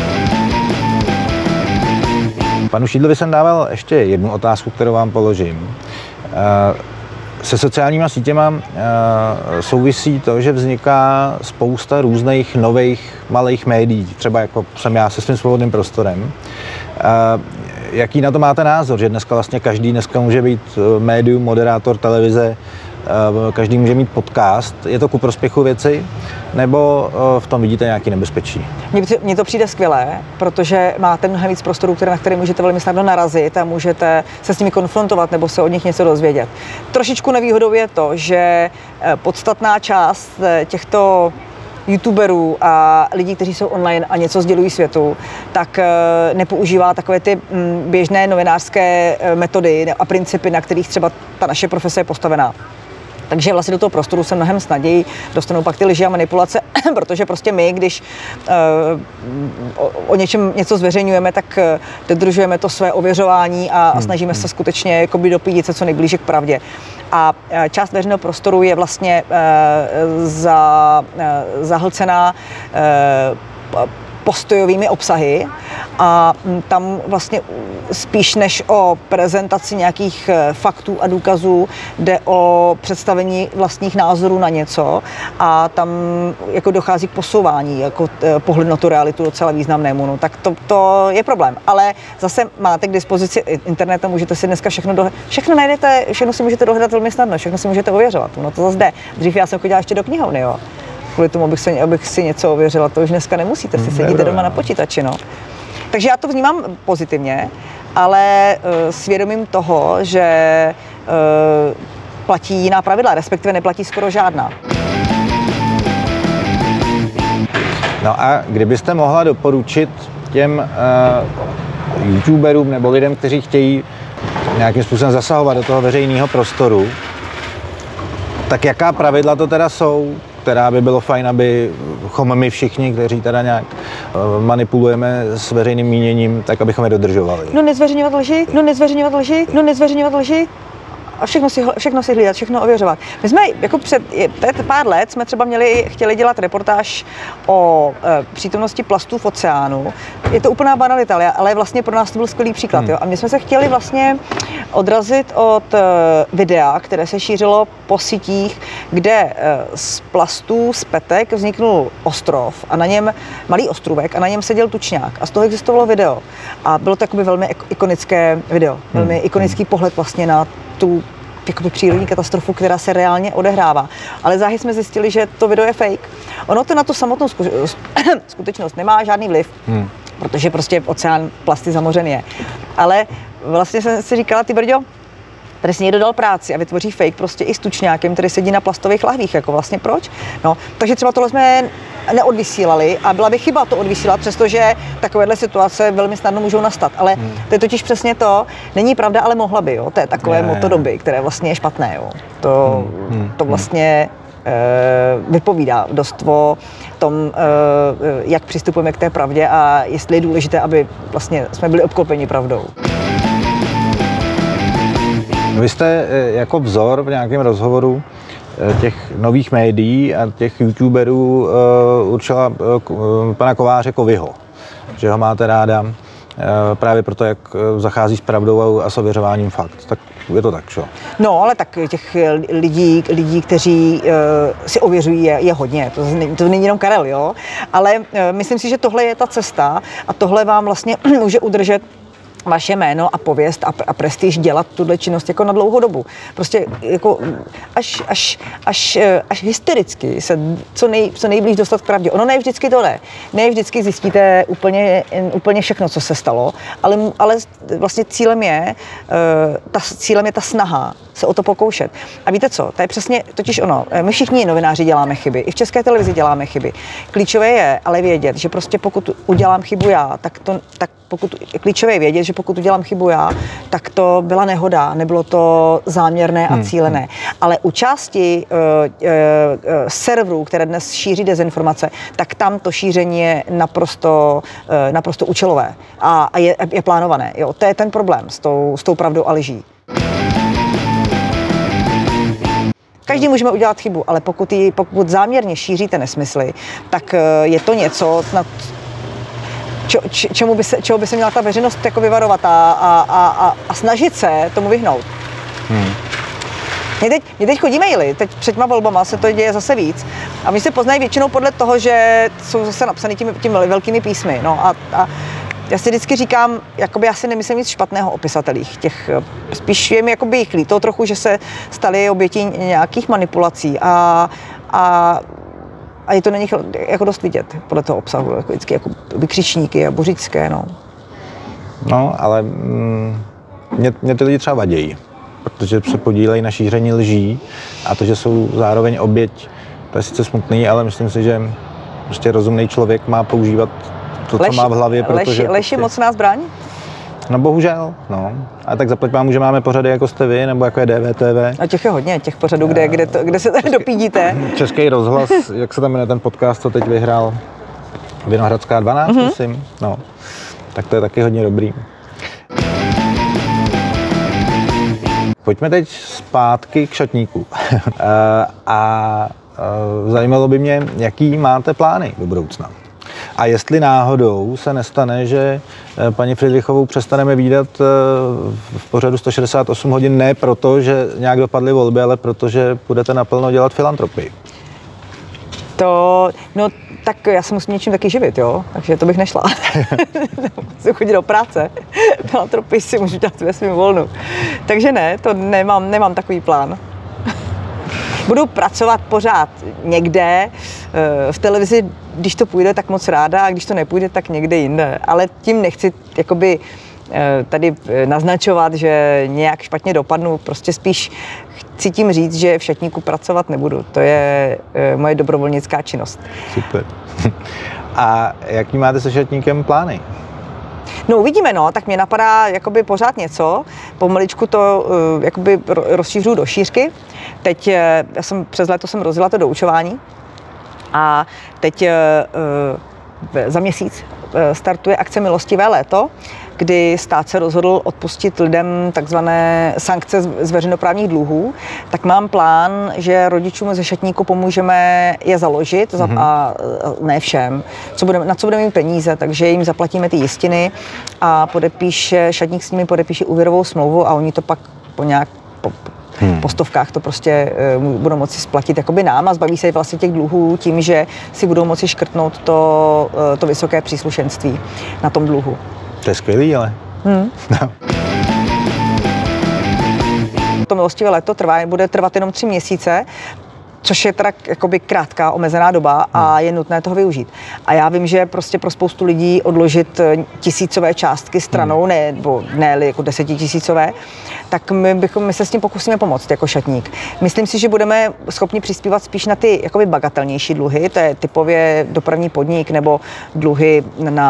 Panu Šídlovi jsem dával ještě jednu otázku, kterou vám položím. Se sociálníma sítěma souvisí to, že vzniká spousta různých nových malých médií, třeba jako jsem já se svým svobodným prostorem. Jaký na to máte názor, že dneska vlastně každý může být médium, moderátor televize, každý může mít podcast. Je to ku prospěchu věci, nebo v tom vidíte nějaké nebezpečí? Mně to přijde skvělé, protože máte mnohem víc prostorů, na které můžete velmi snadno narazit a můžete se s nimi konfrontovat nebo se od nich něco dozvědět. Trošičku nevýhodou je to, že podstatná část těchto youtuberů a lidí, kteří jsou online a něco sdělují světu, tak nepoužívá takové ty běžné novinářské metody a principy, na kterých třeba ta naše profese je postavená. Takže vlastně do toho prostoru se mnohem snadněji dostanou pak ty lži a manipulace, protože prostě my, když o něčem něco zveřejňujeme, tak dodržujeme to své ověřování a snažíme se skutečně jakoby dopídit se co nejblíže k pravdě. A část veřejného prostoru je vlastně zahlcená postojovými obsahy a tam vlastně spíš než o prezentaci nějakých faktů a důkazů jde o představení vlastních názorů na něco a tam jako dochází k posouvání jako pohled na tu realitu docela významnému. No, tak to je problém. Ale zase máte k dispozici internet a můžete si dneska všechno najdete, všechno si můžete dohledat velmi snadno, všechno si můžete ověřovat. No to zase jde. Dřív já jsem chodila ještě do knihovny, jo. Kvůli tomu, abych si něco ověřila, to už dneska nemusíte, si sedíte doma na počítači, no. Takže já to vnímám pozitivně, ale svědomím toho, že platí jiná pravidla, respektive neplatí skoro žádná. No a kdybyste mohla doporučit těm youtuberům nebo lidem, kteří chtějí nějakým způsobem zasahovat do toho veřejného prostoru, tak jaká pravidla to teda jsou, která by bylo fajn, abychom my všichni, kteří teda nějak manipulujeme s veřejným míněním, tak abychom je dodržovali? No nezveřejňovat lži, a všechno si hlídat, všechno ověřovat. My jsme jako před pár let jsme třeba chtěli dělat reportáž o přítomnosti plastů v oceánu. Je to úplná banalita, ale vlastně pro nás to byl skvělý příklad. Jo? A my jsme se chtěli vlastně odrazit od videa, které se šířilo po sítích, kde z plastů, z petek vzniknul ostrov a na něm malý ostrůvek a na něm seděl tučňák. A z toho existovalo video. A bylo to jakoby velmi ikonické video, velmi ikonický pohled vlastně na tu jakoby přírodní katastrofu, která se reálně odehrává. Ale záhy jsme zjistili, že to video je fake. Ono to na tu samotnou skutečnost nemá žádný vliv, protože prostě oceán plasty zamořen je. Ale vlastně jsem si říkala, ty brďo, tady si někdo dal práci a vytvoří fake prostě i s tučňákem, který sedí na plastových lahvích, jako vlastně proč? No, takže třeba tohle jsme neodvysílali a byla by chyba to odvysílat, přestože takovéhle situace velmi snadno můžou nastat. Ale to je totiž přesně to, není pravda, ale mohla by, jo. To je takové motodoby, které vlastně je špatné, jo. To vlastně vypovídá dost o tom, jak přistupujeme k té pravdě a jestli je důležité, aby vlastně jsme byli obklopeni pravdou. Vy jste jako vzor v nějakém rozhovoru těch nových médií a těch youtuberů určila pana Kováře Kovyho, že ho máte ráda právě proto, jak zachází s pravdou a s ověřováním fakt. Tak je to tak, čo? No, ale tak těch lidí, kteří si ověřují, je hodně. To není jenom Karel, jo? Ale myslím si, že tohle je ta cesta a tohle vám vlastně může udržet vaše jméno a pověst a prestiž dělat tuhle činnost jako na dlouhou dobu. Prostě jako až hystericky se co nejblíž dostat k pravdě. Ono ne vždycky to jde. Ne vždycky zjistíte úplně všechno, co se stalo, ale vlastně cílem je ta snaha se o to pokoušet. A víte co, to je přesně totiž ono. My všichni novináři děláme chyby, i v České televizi děláme chyby. Klíčové je ale vědět, že prostě pokud udělám chybu já, klíčové je vědět, že pokud udělám chybu já, tak to byla nehoda, nebylo to záměrné a cílené. Ale u části serverů, které dnes šíří dezinformace, tak tam to šíření je naprosto účelové a je plánované. Jo, to je ten problém s tou pravdou a lží. Každý můžeme udělat chybu, ale pokud záměrně šíříte nesmysly, tak je to něco, čeho by se měla ta veřejnost jako vyvarovat a snažit se tomu vyhnout. Mě teď chodí maily, teď před těma volbama se to děje zase víc a my se poznají většinou podle toho, že jsou zase napsaný těmi velkými písmy. No a já si vždycky říkám, jakoby já si nemyslím nic špatného o pisatelích. Spíš je mi jakoby jich líto trochu, že se stali obětí nějakých manipulací a je to na nich jako dost vidět podle toho obsahu, jako vždycky jako vykřičníky a bořičské, no. No, ale mě ty lidi třeba vadějí, protože se podílejí na šíření lží a to, že jsou zároveň oběť, to je sice smutný, ale myslím si, že prostě rozumný člověk má používat to, co má v hlavě, protože... Lež je mocná zbraň? No bohužel, no. A tak zaplať mámu, že máme pořady jako jste vy, nebo jako je DVTV. A těch je hodně, těch pořadů, kde se tady dopídíte. Český rozhlas, jak se tam jmenuje ten podcast, co teď vyhrál Vinohradská 12, myslím. No, tak to je taky hodně dobrý. Pojďme teď zpátky k šatníku. Zajímalo by mě, jaký máte plány do budoucna. A jestli náhodou se nestane, že paní Fridrichovou přestaneme vídat v pořadu 168 hodin ne proto, že nějak dopadly volby, ale protože budete naplno dělat filantropii. No tak já se musím něčím taky živit, jo, takže to bych nešla. Musím chodit do práce, filantropii si můžu dělat ve svým volnu. Takže ne, to nemám takový plán. Budu pracovat pořád někde, v televizi, když to půjde, tak moc ráda, a když to nepůjde, tak někde jinde. Ale tím nechci jakoby tady naznačovat, že nějak špatně dopadnu, prostě spíš chci tím říct, že v šatníku pracovat nebudu. To je moje dobrovolnická činnost. Super. A jaký máte se šatníkem plány? No uvidíme, no, tak mě napadá jakoby pořád něco, pomaličku to jakoby rozšířuju do šířky. Teď přes léto jsem rozjela to doučování a teď za měsíc startuje akce Milostivé léto, kdy stát se rozhodl odpustit lidem takzvané sankce z veřejnoprávních dluhů, tak mám plán, že rodičům ze Šatníku pomůžeme je založit a ne všem, na co budeme mít peníze, takže jim zaplatíme ty jistiny a Šatník s nimi podepíše úvěrovou smlouvu a oni to pak po stovkách to prostě budou moci splatit jakoby nám a zbaví se vlastně těch dluhů tím, že si budou moci škrtnout to vysoké příslušenství na tom dluhu. To je skvělý, ale... To milostivé léto bude trvat jenom 3 měsíce, což je teda jakoby krátká omezená doba a je nutné toho využít. A já vím, že prostě pro spoustu lidí odložit tisícové částky stranou, ne jako 10 000, tak my se s tím pokusíme pomoct jako Šatník. Myslím si, že budeme schopni přispívat spíš na ty jakoby bagatelnější dluhy, to je typově dopravní podnik nebo dluhy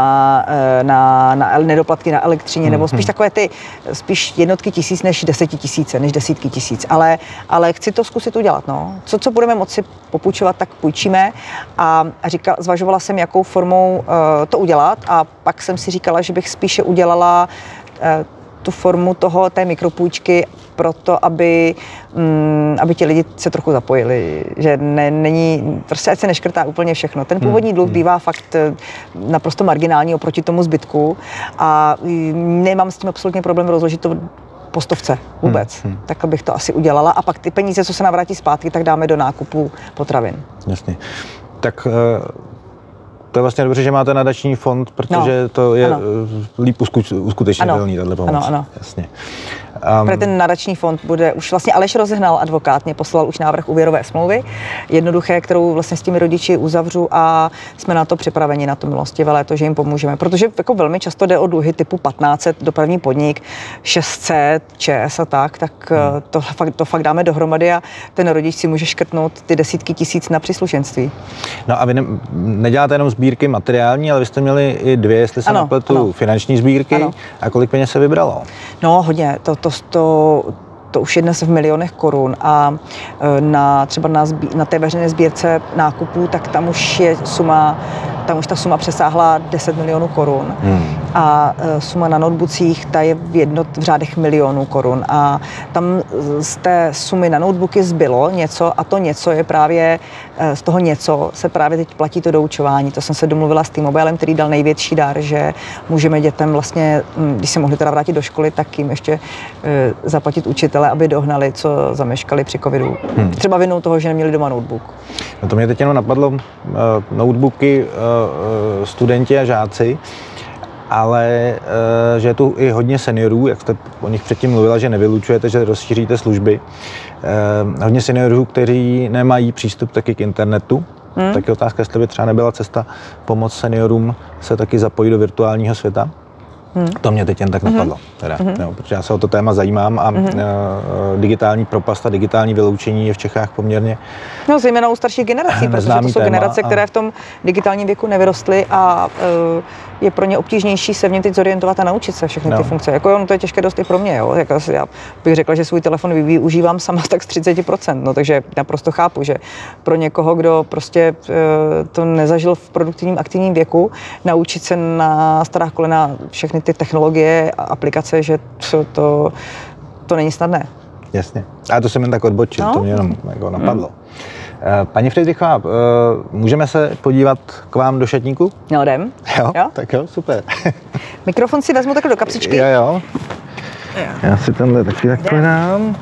na nedoplatky na elektřině, nebo spíš takové ty spíš jednotky tisíc než 10 000, než desítky tisíc. Ale chci to zkusit udělat. No. Co budeme moci popůjčovat, tak půjčíme a zvažovala jsem, jakou formou to udělat a pak jsem si říkala, že bych spíše udělala tu formu té mikropůjčky proto, aby ti lidi se trochu zapojili, že není, prostě ať se neškrtá úplně všechno. Ten původní dluh bývá fakt naprosto marginální oproti tomu zbytku a nemám s tím absolutně problém rozložit to po stovce vůbec. Tak bych to asi udělala a pak ty peníze, co se navrátí zpátky, tak dáme do nákupu potravin. Jasně. Tak to je vlastně dobře, že máte nadační fond, protože to je líp uskutečnitelný, tato pomoc. Ano. Jasně. Ten nadační fond bude už vlastně Aleš Rozehnal, advokát, mě poslal už návrh úvěrové smlouvy, jednoduché, kterou vlastně s těmi rodiči uzavřu a jsme na to připraveni, na to milostivé léto, že jim pomůžeme. Protože jako velmi často jde o dluhy typu 1500 dopravní podnik, 600 ČS a tak to fakt dáme dohromady a ten rodič si může škrtnout ty desítky tisíc na příslušenství. No a vy neděláte jenom sbírky materiální, ale vy jste měli i 2, jestli se nepletu, finanční sbírky. Ano. A kolik peněz se vybralo? No hodně, to už je dnes v milionech korun a třeba na té veřejné sbírce nákupů, tak tam už ta suma přesáhla 10 milionů korun a suma na notebookích, ta je v řádech milionů korun a tam z té sumy na notebooky zbylo něco a to něco je právě, z toho něco se právě teď platí to doučování. To jsem se domluvila s T-Mobilem, který dal největší dar, že můžeme dětem vlastně, když se mohli teda vrátit do školy, tak jim ještě zaplatit učitele, aby dohnali, co zameškali při covidu. Třeba vinou toho, že neměli doma notebook. No to mě teď jenom napadlo, notebooky studenti a žáci, ale že je tu i hodně seniorů, jak jste o nich předtím mluvila, že nevylučujete, že rozšíříte služby. Hodně seniorů, kteří nemají přístup taky k internetu. Tak je otázka, jestli by třeba nebyla cesta pomoct seniorům se taky zapojit do virtuálního světa. To mě teď jen tak napadlo, protože já se o to téma zajímám a digitální propast a digitální vyloučení je v Čechách poměrně zejména u starších generací, protože to jsou generace, které v tom digitálním věku nevyrostly a je pro ně obtížnější se v něm teď zorientovat a naučit se všechny ty funkce. Jako to je těžké dost i pro mě, jo. Jako já bych řekla, že svůj telefon využívám sama tak z 30%, no, takže naprosto chápu, že pro někoho, kdo prostě to nezažil v produktivním aktivním věku, naučit se na stará kolena všechny ty technologie a aplikace, že to není snadné. Jasně. A to jsem jen tak odbočil, to mě jenom jako napadlo. Paní Friedrichová, můžeme se podívat k vám do Šatníku? No, jdem. Jo? Tak jo, super. Mikrofon si vezmu takhle do kapsičky. Jo. Já si tenhle taky takhle dám.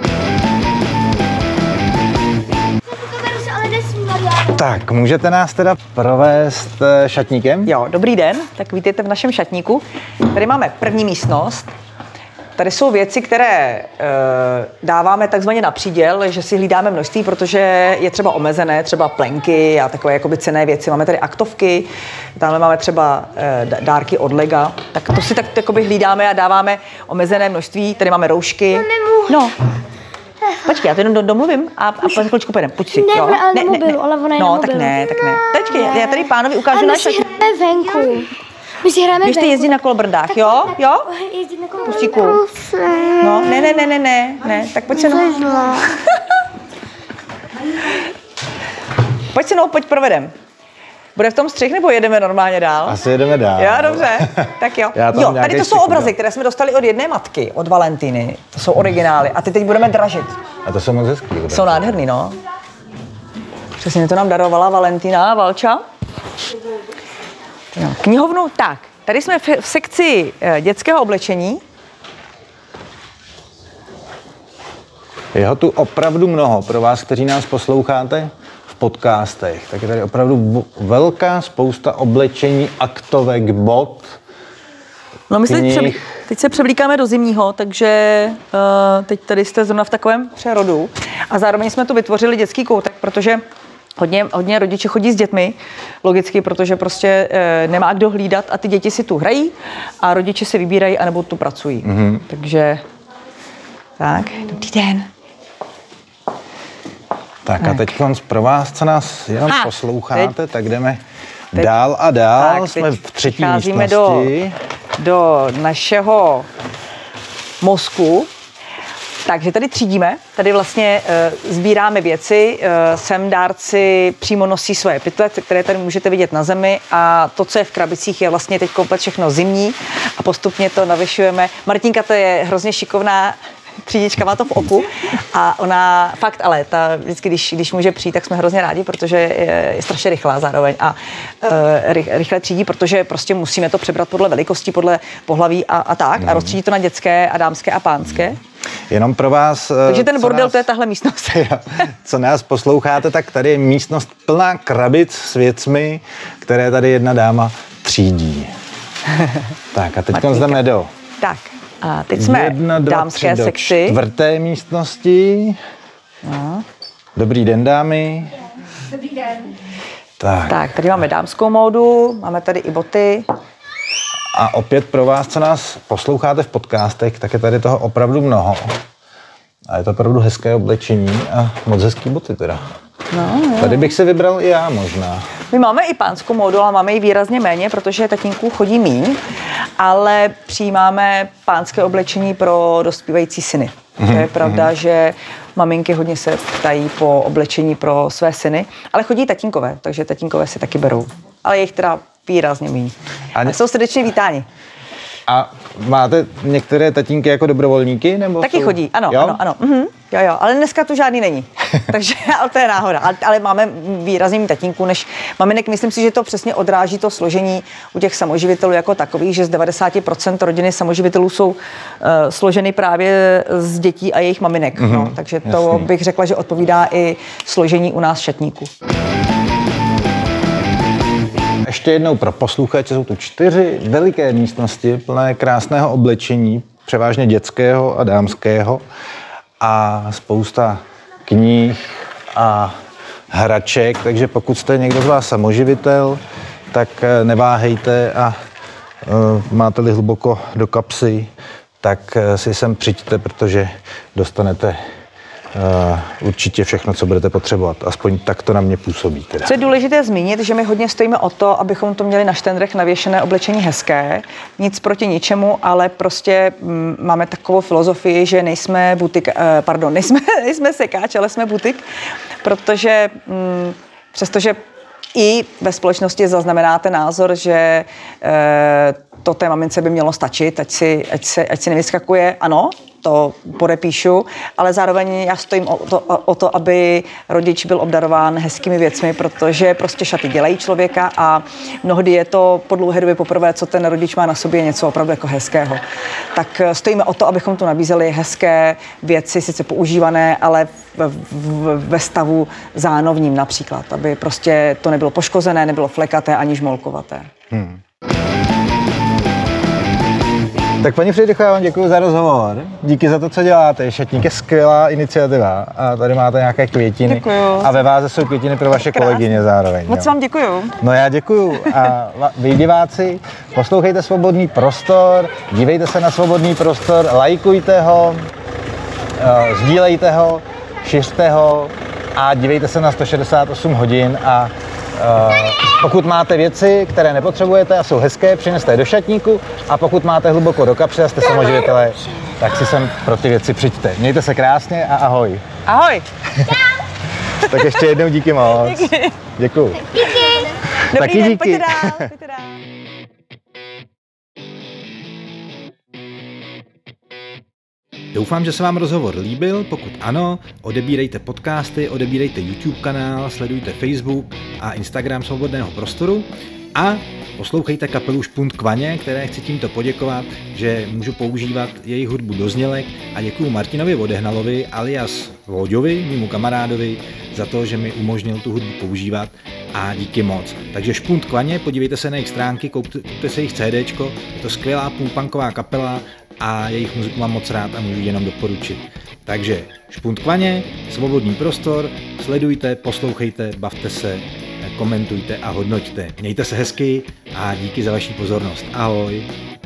Tak, můžete nás teda provést šatníkem? Jo, dobrý den, tak vítejte v našem šatníku. Tady máme první místnost. Tady jsou věci, které dáváme takzvaně na příděl, že si hlídáme množství, protože je třeba omezené, třeba plenky a takové jakoby cenné věci. Máme tady aktovky, tamhle máme třeba dárky od Lega, tak to si tak jakoby hlídáme a dáváme omezené množství. Tady máme roušky. No. Počkej, já to jenom domluvím a po chvíličku pojedeme. Pojď si, jo? Ne, mobilu, ale ona je na mobilu. Tak ne. Počkej, já tady pánovi ukážu náš šatník. My si hrajeme venku. Když ty jezdí na kolobrndách, jo? Jezdí na kolobrndách. Pustíku. No, ne, tak pojď se Pojď se pojď provedem. Bude v tom střih nebo jedeme normálně dál? Asi jedeme dál. Jo, dobře, tak jo. Jo, tady to jsou obrazy, které jsme dostali od jedné matky, od Valentiny. To jsou originály a ty teď budeme dražit. A to jsou moc hezký. Jsou nádherný, no. Přesně to nám darovala Valentina Valča. Jo, knihovnu, tak. Tady jsme v sekci dětského oblečení. Je ho tu opravdu mnoho pro vás, kteří nás posloucháte v podcastech. Tak je tady opravdu velká spousta oblečení, aktovek, bot, No my teď se převlíkáme do zimního, takže teď tady jste zrovna v takovém přerodu. A zároveň jsme tu vytvořili dětský koutek, protože hodně rodiče chodí s dětmi, logicky, protože prostě nemá kdo hlídat a ty děti si tu hrají a rodiče si vybírají anebo tu pracují. Mm-hmm. Takže tak, dobrý den. Tak a teď pro vás, co nás jenom posloucháte, tak jdeme dál a dál. Tak, jsme v třetí místnosti. Do našeho mozku. Takže tady třídíme, tady vlastně sbíráme věci, sem dárci přímo nosí svoje pytle, které tady můžete vidět na zemi a to, co je v krabicích, je vlastně teď komplet všechno zimní a postupně to navyšujeme. Martinka to je hrozně šikovná třídička, má to v oku a ona fakt, ale ta vždycky, když může přijít, tak jsme hrozně rádi, protože je strašně rychlá zároveň a rychle třídí, protože prostě musíme to přebrat podle velikosti, podle pohlaví a tak a rozstřídí to na dětské a dámské a pánské. Jenom pro vás... Takže ten bordel, to je tahle místnost. Co nás posloucháte, tak tady je místnost plná krabic s věcmi, které tady jedna dáma třídí. Tak a teď jdeme do... Tak. A teď jsme v dámské sekci. Čtvrté místnosti. No. Dobrý den, dámy. Dobrý den. Tak, tady máme dámskou módu, máme tady i boty. A opět pro vás, co nás posloucháte v podcastech, tak je tady toho opravdu mnoho. A je to opravdu hezké oblečení a moc hezký boty teda. No, tady bych si vybral i já možná. My máme i pánskou módu, ale máme ji výrazně méně, protože tatínků chodí míň, ale přijímáme pánské oblečení pro dospívající syny. To je pravda, že maminky hodně se ptají po oblečení pro své syny, ale chodí tatínkové, takže tatínkové si taky berou. Ale je jich teda výrazně míň. A jsou srdečně vítáni. A máte některé tatínky jako dobrovolníky? Nebo taky chodí, ano. Jo, ale dneska tu žádný není. Takže ale to je náhoda. Ale máme výrazně méně tatínků než maminek. Myslím si, že to přesně odráží to složení u těch samoživitelů jako takových, že z 90% rodiny samoživitelů jsou složeny právě z dětí a jejich maminek. No, takže to bych řekla, že odpovídá i složení u nás šatníků. Ještě jednou pro posluchače, jsou tu 4 veliké místnosti plné krásného oblečení, převážně dětského a dámského a spousta knih a hraček, takže pokud jste někdo z vás samoživitel, tak neváhejte a máte-li hluboko do kapsy, tak si sem přijďte, protože dostanete určitě všechno, co budete potřebovat. Aspoň tak to na mě působí. Teda. Co je důležité zmínit, že my hodně stojíme o to, abychom to měli na štendrech navěšené oblečení hezké. Nic proti ničemu, ale prostě máme takovou filozofii, že nejsme butik, nejsme sekáč, ale jsme butik, protože přestože i ve společnosti zaznamenáte názor, že to té mamince by mělo stačit, ať si nevyskakuje. Ano, to podepíšu, ale zároveň já stojím o to, aby rodič byl obdarován hezkými věcmi, protože prostě šaty dělají člověka a mnohdy je to po dlouhé době poprvé, co ten rodič má na sobě něco opravdu jako hezkého. Tak stojíme o to, abychom tu nabízeli hezké věci, sice používané, ale ve stavu zánovním například, aby prostě to nebylo poškozené, nebylo flekaté ani žmolkovaté. Tak paní Friedrichová, já vám děkuji za rozhovor. Díky za to, co děláte. Šatník je skvělá iniciativa a tady máte nějaké květiny. Děkuju. A ve váze jsou květiny pro vaše kolegyně zároveň. Moc vám děkuju. No já děkuju. A vy diváci, poslouchejte Svobodný prostor, dívejte se na Svobodný prostor, lajkujte ho, sdílejte ho, šiřte ho a dívejte se na 168 hodin a pokud máte věci, které nepotřebujete a jsou hezké, přineste je do šatníku a pokud máte hluboko do kapsy a jste samoživitelé, tak si sem pro ty věci přijďte. Mějte se krásně a ahoj. Ahoj. Tak ještě jednou díky moc. Díky. Děkuju. Díky. Taky den, díky. pojďte dál. Doufám, že se vám rozhovor líbil, pokud ano, odebírejte podcasty, odebírejte YouTube kanál, sledujte Facebook a Instagram Svobodného prostoru a poslouchejte kapelu Špunt k vaně, které chci tímto poděkovat, že můžu používat jejich hudbu do znělek a děkuju Martinovi Odehnalovi alias Vóďovi, mému kamarádovi, za to, že mi umožnil tu hudbu používat a díky moc. Takže Špunt k vaně, podívejte se na jejich stránky, kupte se jejich CDčko, je to skvělá půlpunková kapela a jejich muziku mám moc rád a můžu jenom doporučit. Takže Špunt k vaně, Svobodný prostor, sledujte, poslouchejte, bavte se, komentujte a hodnoťte. Mějte se hezky a díky za vaši pozornost. Ahoj.